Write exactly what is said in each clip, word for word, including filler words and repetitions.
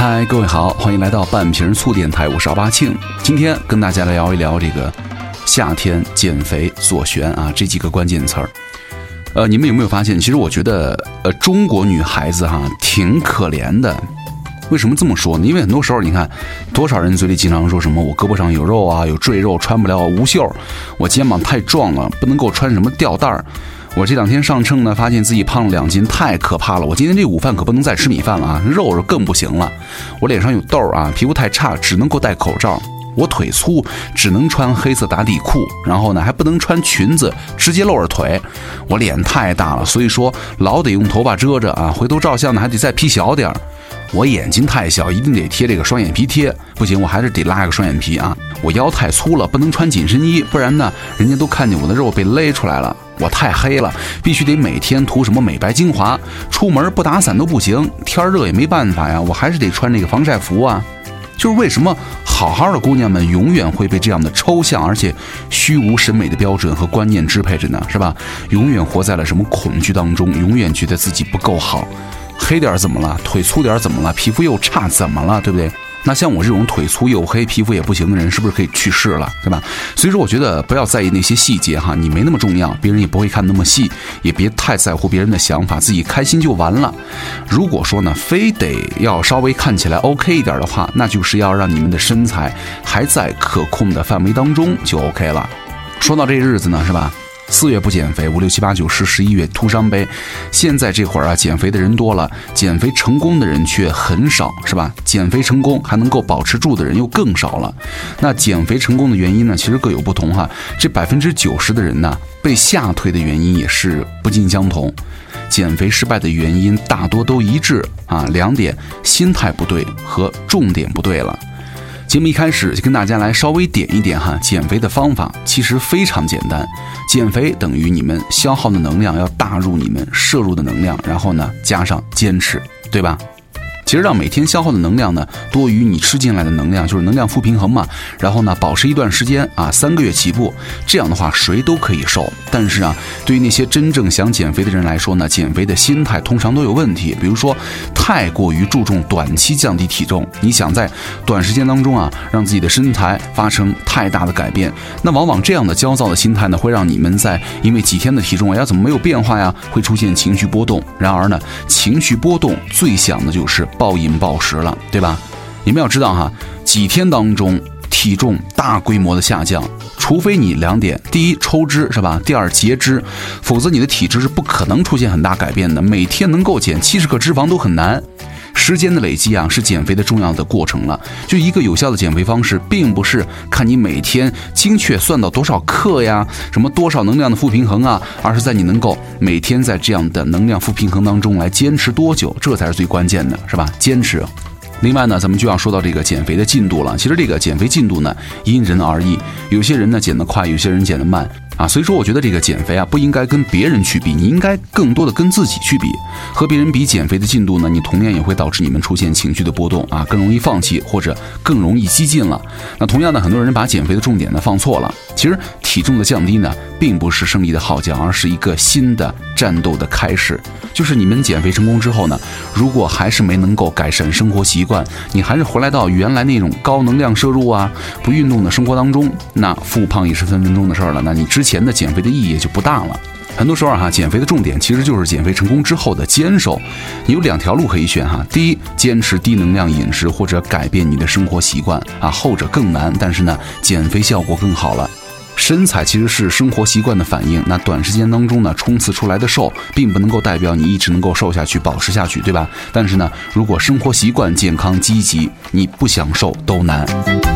嗨，各位好，欢迎来到半瓶醋电台，我是奥巴庆。今天跟大家来聊一聊这个夏天减肥左旋啊这几个关键词儿。呃，你们有没有发现，其实我觉得呃中国女孩子哈挺可怜的。为什么这么说呢？因为很多时候你看多少人嘴里经常说什么我胳膊上有肉啊，有赘肉，穿不了无袖，我肩膀太壮了，不能够穿什么吊带儿。我这两天上秤呢，发现自己胖了两斤，太可怕了。我今天这午饭可不能再吃米饭了啊，肉更不行了。我脸上有痘啊，皮肤太差，只能够戴口罩。我腿粗，只能穿黑色打底裤，然后呢还不能穿裙子，直接露着腿。我脸太大了，所以说老得用头发遮着啊，回头照相呢还得再 P 小点儿。我眼睛太小，一定得贴这个双眼皮贴，不行我还是得拉个双眼皮啊。我腰太粗了，不能穿紧身衣，不然呢人家都看见我的肉被勒出来了。我太黑了，必须得每天涂什么美白精华，出门不打伞都不行，天热也没办法呀，我还是得穿这个防晒服啊。就是为什么好好的姑娘们永远会被这样的抽象而且虚无审美的标准和观念支配着呢，是吧？永远活在了什么恐惧当中，永远觉得自己不够好。黑点怎么了？腿粗点怎么了？皮肤又差怎么了？对不对？那像我这种腿粗又黑皮肤也不行的人，是不是可以去世了，对吧？所以说我觉得不要在意那些细节哈，你没那么重要，别人也不会看那么细，也别太在乎别人的想法，自己开心就完了。如果说呢非得要稍微看起来 OK 一点的话，那就是要让你们的身材还在可控的范围当中就 OK 了。说到这日子呢，是吧？四月不减肥，五六七八九十，十一月徒伤悲。现在这会儿啊，减肥的人多了，减肥成功的人却很少，是吧？减肥成功还能够保持住的人又更少了。那减肥成功的原因呢，其实各有不同哈。这百分之九十的人呢，被吓退的原因也是不尽相同。减肥失败的原因大多都一致啊，两点：心态不对和重点不对了。节目一开始就跟大家来稍微点一点哈，减肥的方法其实非常简单，减肥等于你们消耗的能量要大入你们摄入的能量，然后呢加上坚持，对吧？其实让每天消耗的能量呢多于你吃进来的能量，就是能量负平衡嘛。然后呢保持一段时间啊，三个月起步，这样的话谁都可以瘦。但是啊，对于那些真正想减肥的人来说呢，减肥的心态通常都有问题。比如说太过于注重短期降低体重，你想在短时间当中啊让自己的身材发生太大的改变，那往往这样的焦躁的心态呢，会让你们在因为几天的体重哎呀怎么没有变化呀，会出现情绪波动。然而呢，情绪波动最想的就是暴饮暴食了，对吧？你们要知道哈，几天当中体重大规模的下降，除非你两点：第一抽脂，是吧？第二节脂，否则你的体质是不可能出现很大改变的。每天能够减七十克脂肪都很难。时间的累积啊，是减肥的重要的过程了。就一个有效的减肥方式，并不是看你每天精确算到多少克呀，什么多少能量的负平衡啊，而是在你能够每天在这样的能量负平衡当中来坚持多久，这才是最关键的，是吧？坚持。另外呢，咱们就要说到这个减肥的进度了。其实这个减肥进度呢，因人而异，有些人呢减得快，有些人减得慢啊。所以说我觉得这个减肥啊，不应该跟别人去比，你应该更多的跟自己去比。和别人比减肥的进度呢，你同样也会导致你们出现情绪的波动啊，更容易放弃或者更容易激进了。那同样的，很多人把减肥的重点呢放错了。其实体重的降低呢，并不是胜利的号角，而是一个新的战斗的开始。就是你们减肥成功之后呢，如果还是没能够改善生活习惯，你还是回来到原来那种高能量摄入啊、不运动的生活当中，那复胖也是分分钟的事儿了。那你之前的减肥的意义也就不大了。很多时候哈、啊，减肥的重点其实就是减肥成功之后的坚守。你有两条路可以选哈，第一，坚持低能量饮食或者改变你的生活习惯啊，后者更难，但是呢，减肥效果更好了。身材其实是生活习惯的反应，那短时间当中呢冲刺出来的瘦，并不能够代表你一直能够瘦下去、保持下去，对吧？但是呢，如果生活习惯健康积极，你不想瘦都难。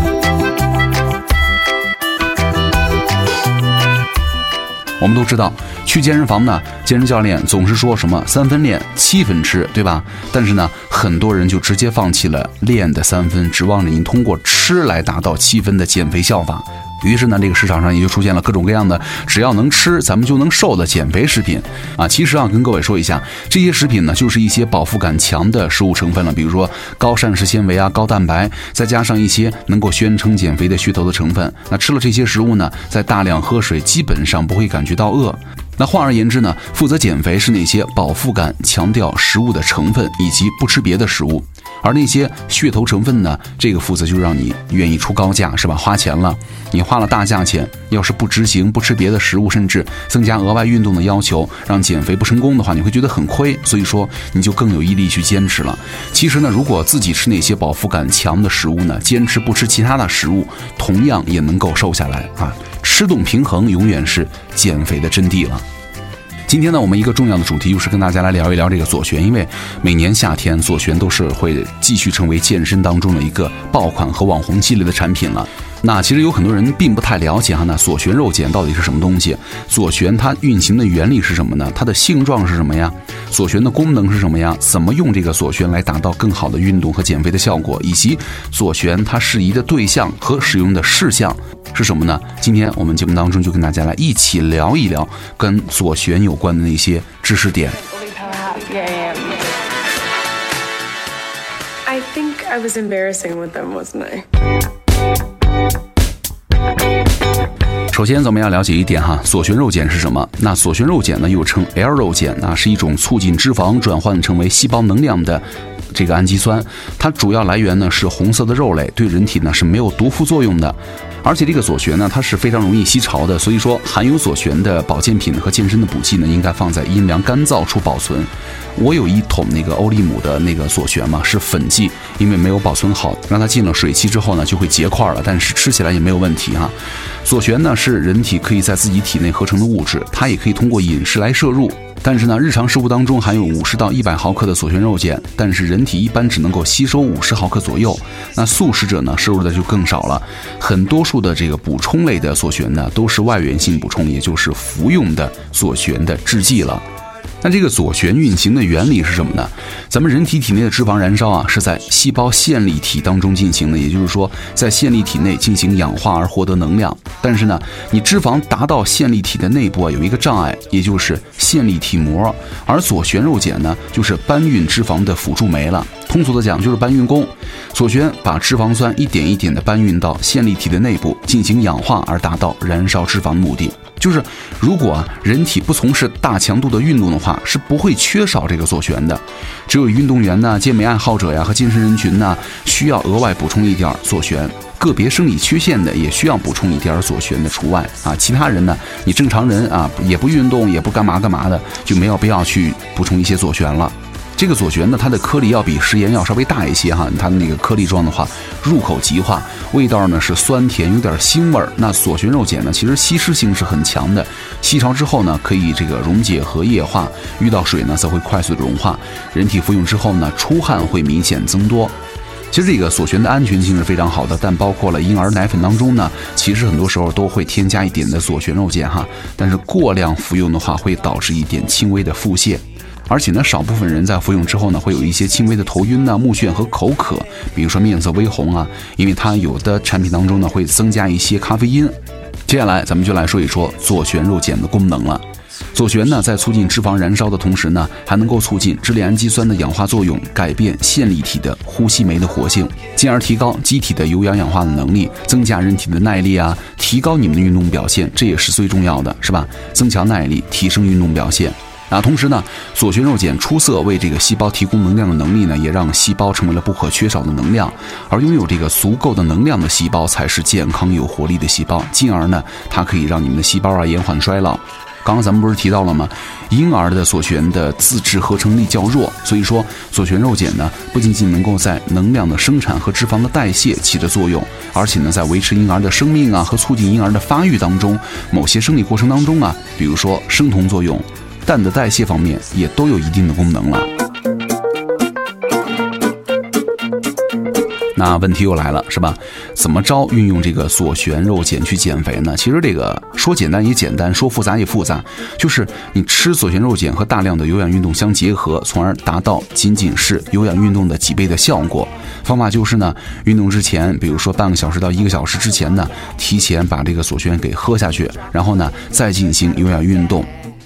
我们都知道，去健身房呢，健身教练总是说什么三分练，七分吃，对吧？但是呢，很多人就直接放弃了练的三分，指望着你通过吃来达到七分的减肥效法。于是呢，这个市场上也就出现了各种各样的只要能吃咱们就能瘦的减肥食品啊。其实啊，跟各位说一下，这些食品呢就是一些饱腹感强的食物成分了，比如说高膳食纤维啊、高蛋白，再加上一些能够宣称减肥的噱头的成分。那吃了这些食物呢，再大量喝水，基本上不会感觉到饿。那换而言之呢，负责减肥是那些饱腹感强调食物的成分以及不吃别的食物。 而那些噱头成分呢，这个负责就让你愿意出高价，是吧？花钱了，你花了大价钱，要是不执行，不吃别的食物，甚至增加额外运动的要求，让减肥不成功的话，你会觉得很亏，所以说你就更有毅力去坚持了。其实呢，如果自己吃那些饱腹感强的食物呢，坚持不吃其他的食物，同样也能够瘦下来啊。吃动平衡永远是减肥的真谛了。今天呢，我们一个重要的主题就是跟大家来聊一聊这个左旋，因为每年夏天左旋都是会继续成为健身当中的一个爆款和网红系列的产品了。那其实有很多人并不太了解哈，那左旋肉碱到底是什么东西？左旋它运行的原理是什么呢？它的性状是什么呀？左旋的功能是什么呀？怎么用这个左旋来达到更好的运动和减肥的效果？以及左旋它适宜的对象和使用的事项是什么呢？今天我们节目当中就跟大家来一起聊一聊跟左旋有关的那些知识点。 I think I was embarrassing with them, wasn't I? 首先咱们要了解一点哈，左旋肉碱是什么？那左旋肉碱呢又称 L 肉碱啊，是一种促进脂肪转换成为细胞能量的这个氨基酸，它主要来源呢是红色的肉类，对人体呢是没有毒副作用的。而且这个左旋呢，它是非常容易吸潮的，所以说含有左旋的保健品和健身的补剂呢，应该放在阴凉干燥处保存。我有一桶那个欧利姆的那个左旋嘛，是粉剂，因为没有保存好，让它进了水期之后呢，就会结块了，但是吃起来也没有问题哈。左旋呢是人体可以在自己体内合成的物质，它也可以通过饮食来摄入。但是呢，日常食物当中含有五十到一百毫克的左旋肉碱，但是人体一般只能够吸收五十毫克左右。那素食者呢，摄入的就更少了。很多数的这个补充类的左旋呢，都是外源性补充，也就是服用的左旋的制剂了。那这个左旋运行的原理是什么呢？咱们人体体内的脂肪燃烧啊，是在细胞线粒体当中进行的，也就是说，在线粒体内进行氧化而获得能量。但是呢，你脂肪达到线粒体的内部啊，有一个障碍，也就是线粒体膜。而左旋肉碱呢，就是搬运脂肪的辅助酶了。通俗的讲，就是搬运工。左旋把脂肪酸一点一点的搬运到线粒体的内部，进行氧化，而达到燃烧脂肪的目的。就是如果啊人体不从事大强度的运动的话，是不会缺少这个左旋的。只有运动员呢、健美爱好者呀和健身人群呢，需要额外补充一点左旋。个别生理缺陷的也需要补充一点左旋的除外啊。其他人呢，你正常人啊也不运动也不干嘛干嘛的，就没有必要去补充一些左旋了。这个左旋呢，它的颗粒要比食盐要稍微大一些哈，它的那个颗粒状的话，入口即化，味道呢是酸甜，有点腥味儿。那左旋肉碱呢，其实吸湿性是很强的，吸潮之后呢，可以这个溶解和液化，遇到水呢则会快速的融化。人体服用之后呢，出汗会明显增多。其实这个左旋的安全性是非常好的，但包括了婴儿奶粉当中呢，其实很多时候都会添加一点的左旋肉碱哈，但是过量服用的话，会导致一点轻微的腹泻。而且呢，少部分人在服用之后呢，会有一些轻微的头晕啊、目眩和口渴，比如说面色微红啊，因为它有的产品当中呢会增加一些咖啡因。接下来咱们就来说一说左旋肉碱的功能了。左旋呢，在促进脂肪燃烧的同时呢，还能够促进支链氨基酸的氧化作用，改变线粒体的呼吸酶的活性，进而提高机体的有氧氧化的能力，增加人体的耐力啊，提高你们的运动表现，这也是最重要的，是吧？增强耐力，提升运动表现。啊，同时呢，左旋肉碱出色为这个细胞提供能量的能力呢，也让细胞成为了不可缺少的能量。而拥有这个足够的能量的细胞，才是健康有活力的细胞，进而呢，它可以让你们的细胞啊延缓衰老。刚刚咱们不是提到了吗？婴儿的左旋的自制合成力较弱，所以说左旋肉碱呢，不仅仅能够在能量的生产和脂肪的代谢起着作用，而且呢，在维持婴儿的生命啊和促进婴儿的发育当中，某些生理过程当中啊，比如说生酮作用、氮的代谢方面也都有一定的功能了。那问题又来了，是吧？怎么着运用这个左旋肉碱去减肥呢？其实这个说简单也简单，说复杂也复杂，就是你吃左旋肉碱和大量的有氧运动相结合，从而达到仅仅是有氧运动的几倍的效果。方法就是呢，运动之前，比如说半个小时到一个小时之前呢，提前把这个左旋给喝下去，然后呢再进行有氧运动。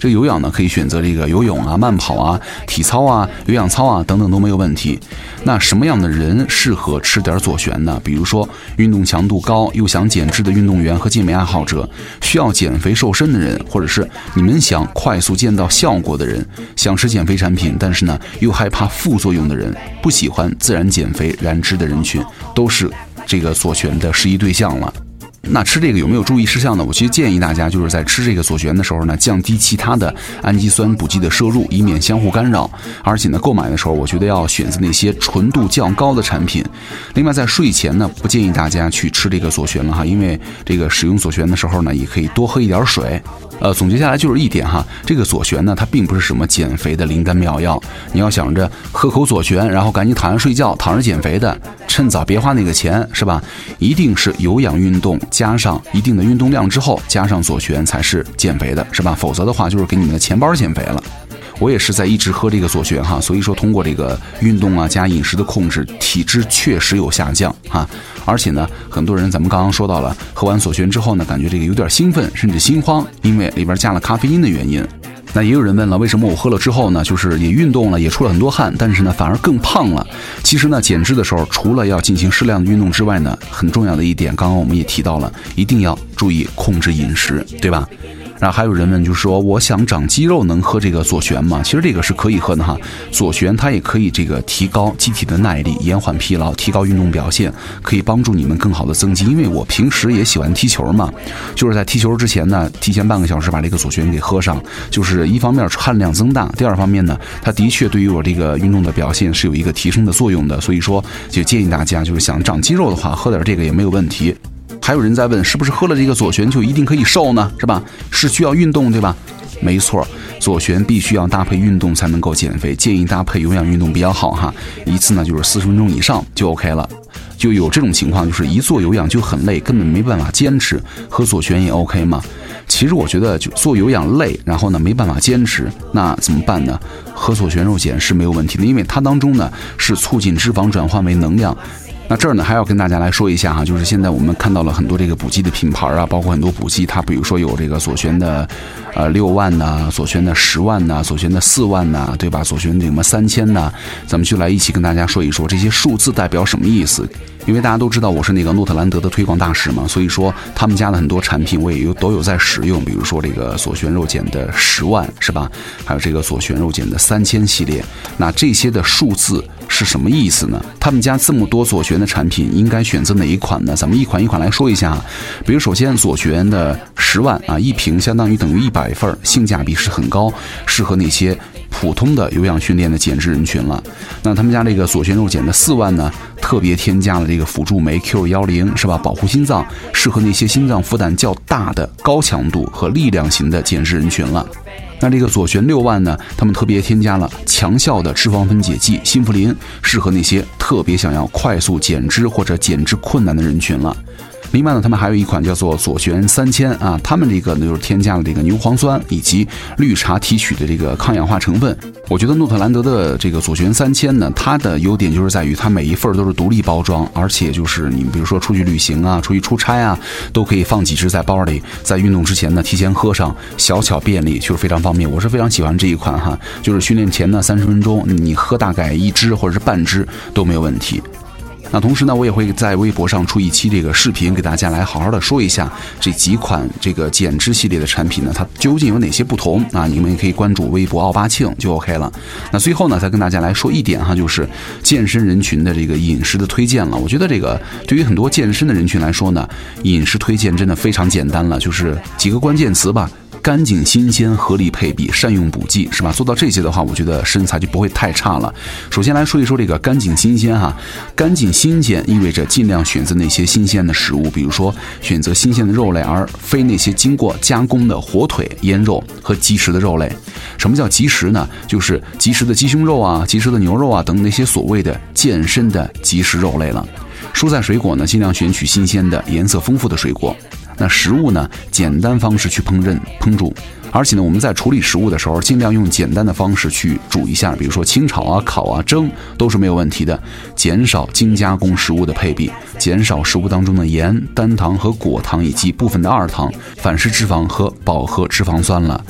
这有氧呢可以选择这个游泳啊、慢跑啊、体操啊、有氧操啊等等都没有问题。那什么样的人适合吃点左旋呢？比如说运动强度高又想减脂的运动员和健美爱好者，需要减肥瘦身的人，或者是你们想快速见到效果的人，想吃减肥产品但是呢又害怕副作用的人，不喜欢自然减肥燃脂的人群，都是这个左旋的适宜对象了。那吃这个有没有注意事项呢？我其实建议大家就是在吃这个左旋的时候呢，降低其他的氨基酸补剂的摄入，以免相互干扰。而且呢，购买的时候我觉得要选择那些纯度较高的产品。另外在睡前呢，不建议大家去吃这个左旋了哈，因为这个使用左旋的时候呢，也可以多喝一点水。呃，总结下来就是一点哈，这个左旋呢，它并不是什么减肥的灵丹妙药。你要想着喝口左旋，然后赶紧躺下睡觉，躺着减肥的，趁早别花那个钱，是吧？一定是有氧运动加上一定的运动量之后，加上左旋才是减肥的，是吧？否则的话就是给你们的钱包减肥了。我也是在一直喝这个左旋哈，所以说通过这个运动啊加饮食的控制，体脂确实有下降哈。而且呢，很多人咱们刚刚说到了，喝完左旋之后呢，感觉这个有点兴奋，甚至心慌，因为里边加了咖啡因的原因。那也有人问了，为什么我喝了之后呢，就是也运动了，也出了很多汗，但是呢反而更胖了？其实呢，减脂的时候除了要进行适量的运动之外呢，很重要的一点，刚刚我们也提到了，一定要注意控制饮食，对吧？然后还有人问，就是说我想长肌肉能喝这个左旋吗？其实这个是可以喝的哈，左旋它也可以这个提高机体的耐力，延缓疲劳，提高运动表现，可以帮助你们更好的增肌。因为我平时也喜欢踢球嘛，就是在踢球之前呢，提前半个小时把这个左旋给喝上，就是一方面汗量增大，第二方面呢，它的确对于我这个运动的表现是有一个提升的作用的。所以说就建议大家就是想长肌肉的话，喝点这个也没有问题。还有人在问，是不是喝了这个左旋就一定可以瘦呢？是吧？是需要运动对吧？没错，左旋必须要搭配运动才能够减肥，建议搭配有氧运动比较好哈，一次呢就是四十分钟以上就 OK 了。就有这种情况，就是一做有氧就很累，根本没办法坚持，喝左旋也 OK 吗？其实我觉得就做有氧累，然后呢没办法坚持，那怎么办呢？喝左旋肉碱是没有问题的，因为它当中呢是促进脂肪转换为能量。那这儿呢还要跟大家来说一下哈，就是现在我们看到了很多这个补剂的品牌啊，包括很多补剂，它比如说有这个左旋的呃六万呐、啊，左旋的十万呐、啊，左旋的四万呐、啊，对吧？左旋的什么三千呐，咱们就来一起跟大家说一说这些数字代表什么意思。因为大家都知道我是那个诺特兰德的推广大使嘛，所以说他们家的很多产品我也有都有在使用，比如说这个左旋肉碱的十万是吧？还有这个左旋肉碱的三千系列。那这些的数字是什么意思呢？他们家这么多左旋的产品，应该选择哪一款呢？咱们一款一款来说一下。比如首先左旋的十万啊，一瓶相当于等于一百份，性价比是很高，适合那些普通的有氧训练的减脂人群了。那他们家这个左旋肉碱的四万呢，特别添加了这个辅助酶 Q 一零 是吧？保护心脏，适合那些心脏负担较大的高强度和力量型的减脂人群了。那这个左旋六万呢，他们特别添加了强效的脂肪分解剂辛福林，适合那些特别想要快速减脂或者减脂困难的人群了。另外呢，他们还有一款叫做左旋三千啊，他们这个呢就是添加了这个牛磺酸以及绿茶提取的这个抗氧化成分。我觉得诺特兰德的这个左旋三千呢，它的优点就是在于它每一份都是独立包装，而且就是你比如说出去旅行啊、出去出差啊，都可以放几支在包里，在运动之前呢提前喝上，小巧便利，就是非常方便。我是非常喜欢这一款哈，就是训练前呢三十分钟，你喝大概一支或者是半支都没有问题。那同时呢，我也会在微博上出一期这个视频，给大家来好好的说一下这几款这个减脂系列的产品呢，它究竟有哪些不同啊？你们也可以关注微博奥巴庆就 OK 了。那最后呢，再跟大家来说一点哈，就是健身人群的这个饮食的推荐了。我觉得这个对于很多健身的人群来说呢，饮食推荐真的非常简单了，就是几个关键词吧。干净新鲜，合理配比，善用补剂，是吧？做到这些的话，我觉得身材就不会太差了。首先来说一说这个干净新鲜哈，干净新鲜意味着尽量选择那些新鲜的食物，比如说选择新鲜的肉类，而非那些经过加工的火腿、腌肉和即食的肉类。什么叫即食呢？就是即食的鸡胸肉啊、即食的牛肉啊等那些所谓的健身的即食肉类了。蔬菜水果呢，尽量选取新鲜的、颜色丰富的水果。那食物呢，简单方式去烹饪烹煮，而且呢，我们在处理食物的时候，尽量用简单的方式去煮一下，比如说清炒啊、烤啊、蒸都是没有问题的。减少精加工食物的配比，减少食物当中的盐、单糖和果糖以及部分的二糖、反式脂肪和饱和脂肪酸了。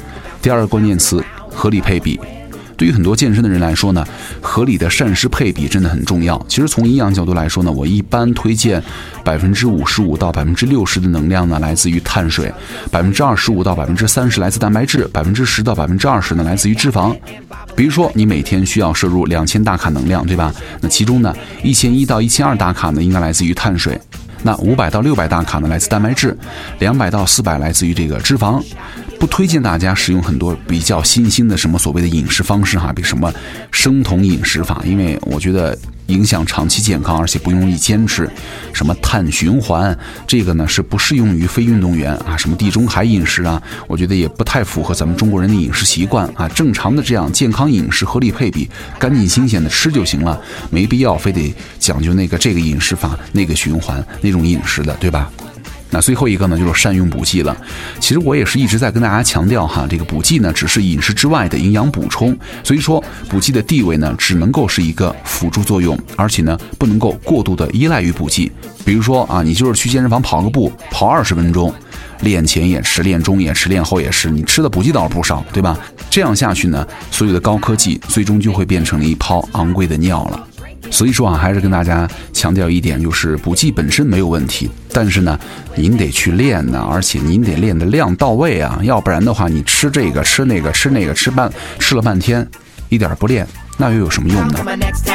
第二个关键词，合理配比。对于很多健身的人来说呢，合理的膳食配比真的很重要。其实从营养角度来说呢，我一般推荐百分之五十五到百分之六十的能量呢来自于碳水，百分之二十五到百分之三十来自蛋白质，百分之十到百分之二十呢来自于脂肪。比如说你每天需要摄入两千大卡能量，对吧？那其中呢一千一到一千二大卡呢应该来自于碳水，那五百到六百大卡呢来自蛋白质，两百到四百来自于这个脂肪。不推荐大家使用很多比较新兴的什么所谓的饮食方式哈，比如什么生酮饮食法，因为我觉得影响长期健康，而且不容易坚持。什么碳循环，这个呢是不适用于非运动员啊。什么地中海饮食啊，我觉得也不太符合咱们中国人的饮食习惯啊。正常的这样健康饮食，合理配比，干净新鲜的吃就行了，没必要非得讲究那个这个饮食法那个循环那种饮食的，对吧？那最后一个呢，就是善用补剂了。其实我也是一直在跟大家强调哈，这个补剂呢只是饮食之外的营养补充，所以说补剂的地位呢只能够是一个辅助作用，而且呢不能够过度的依赖于补剂。比如说啊，你就是去健身房跑个步，跑二十分钟，练前也吃，练中也吃，练后也吃，你吃的补剂倒是不少，对吧？这样下去呢，所有的高科技最终就会变成了一泡昂贵的尿了。所以说啊，还是跟大家强调一点，就是补剂本身没有问题，但是呢，您得去练呢，而且您得练的量到位啊，要不然的话，你吃这个吃那个吃那个吃半吃了半天，一点不练，那又有什么用呢？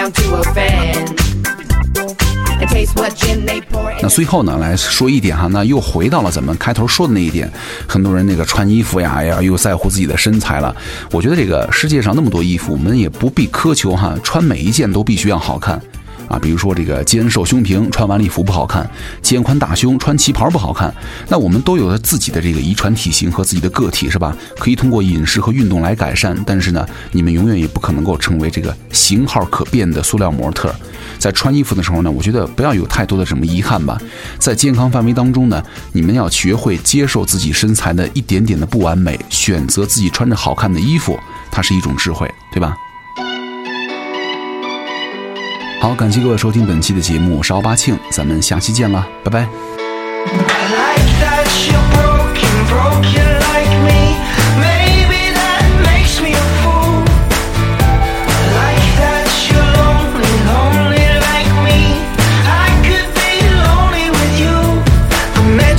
那最后呢，来说一点哈，那又回到了咱们开头说的那一点，很多人那个穿衣服呀，哎呀，又在乎自己的身材了。我觉得这个世界上那么多衣服，我们也不必苛求哈，穿每一件都必须要好看啊。比如说这个肩瘦胸平穿晚礼服不好看，肩宽大胸穿旗袍不好看。那我们都有了自己的这个遗传体型和自己的个体，是吧？可以通过饮食和运动来改善，但是呢，你们永远也不可能够成为这个型号可变的塑料模特。在穿衣服的时候呢，我觉得不要有太多的什么遗憾吧。在健康范围当中呢，你们要学会接受自己身材的一点点的不完美，选择自己穿着好看的衣服，它是一种智慧，对吧？好，感谢各位收听本期的节目，我是奥巴庆，咱们下期见了，拜拜。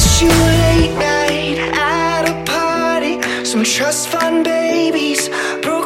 Trust fund babies,